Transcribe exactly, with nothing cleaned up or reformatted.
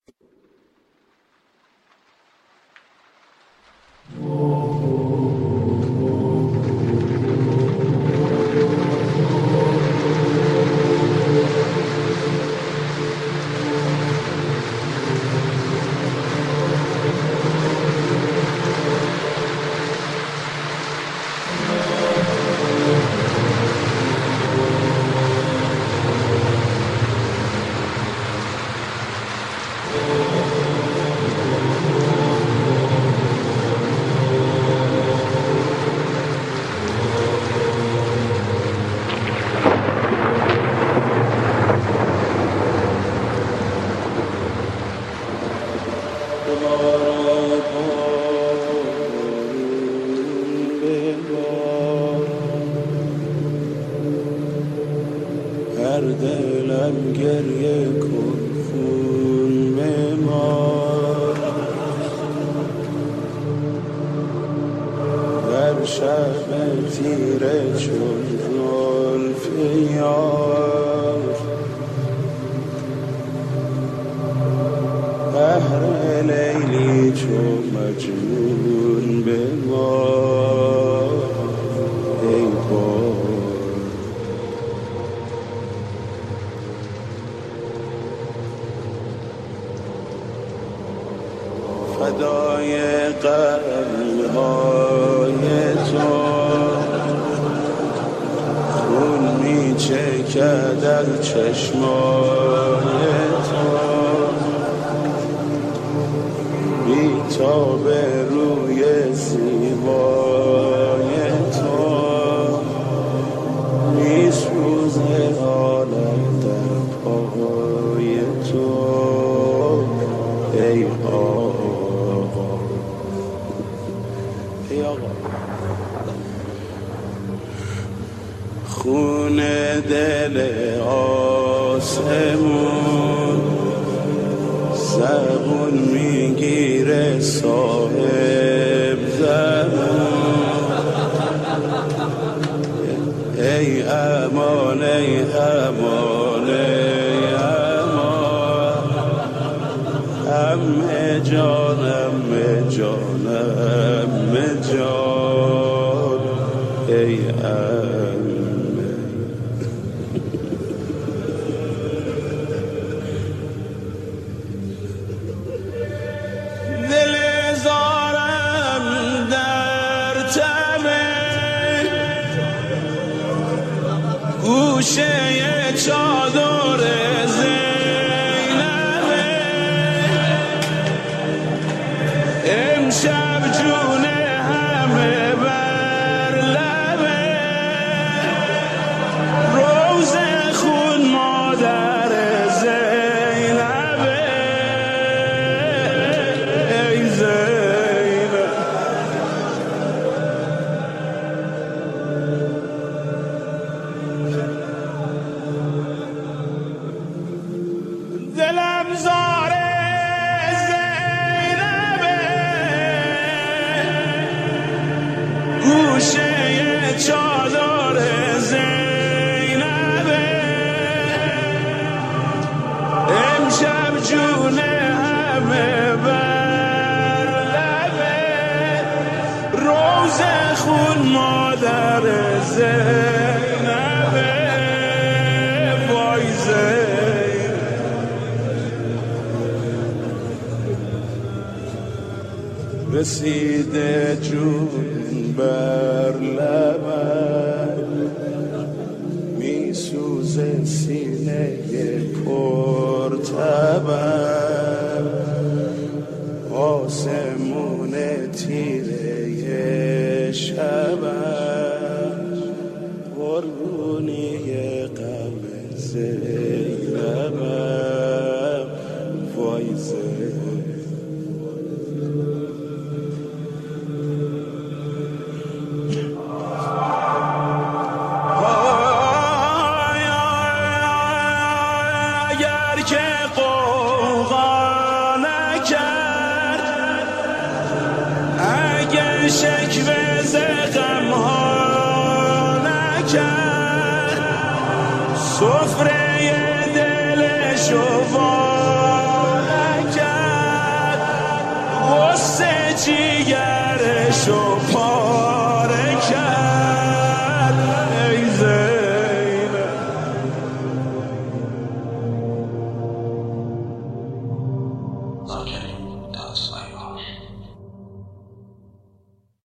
هر دلم گریه کن خون بمار، در شب تیره چون زلف یار، بهر لیلی چون مجنون بمار ای بار. فدای قلب‌های تو خون می‌چکد از چشمای تو، بی تاب روی زیبای تو می‌سوزه عالم در پای تو ای آقا. ای آقا خون دل آسمون زبون میگیره صاحب زبون، ای امان ای امان ای امان، همه جانم جانم جان ای امه. دل زارم در تمه گوشه چادر زینبه، امشب جون همه بر لبه، روز خون مادر زینبه ای زینب. دلم زاره گوشه چادر زینبه، امشب جون همه بر لبه، روز خون مادر زینبه وای زینب. رسیده جون بر لبم میسوزه سینه پر تبم، آسمون تیره شبم قربونی غم زینبم وای زینب. شکوه ز غم‌ها نکرد، سفره دلشو وا نکرد. سرشو پاره کرد.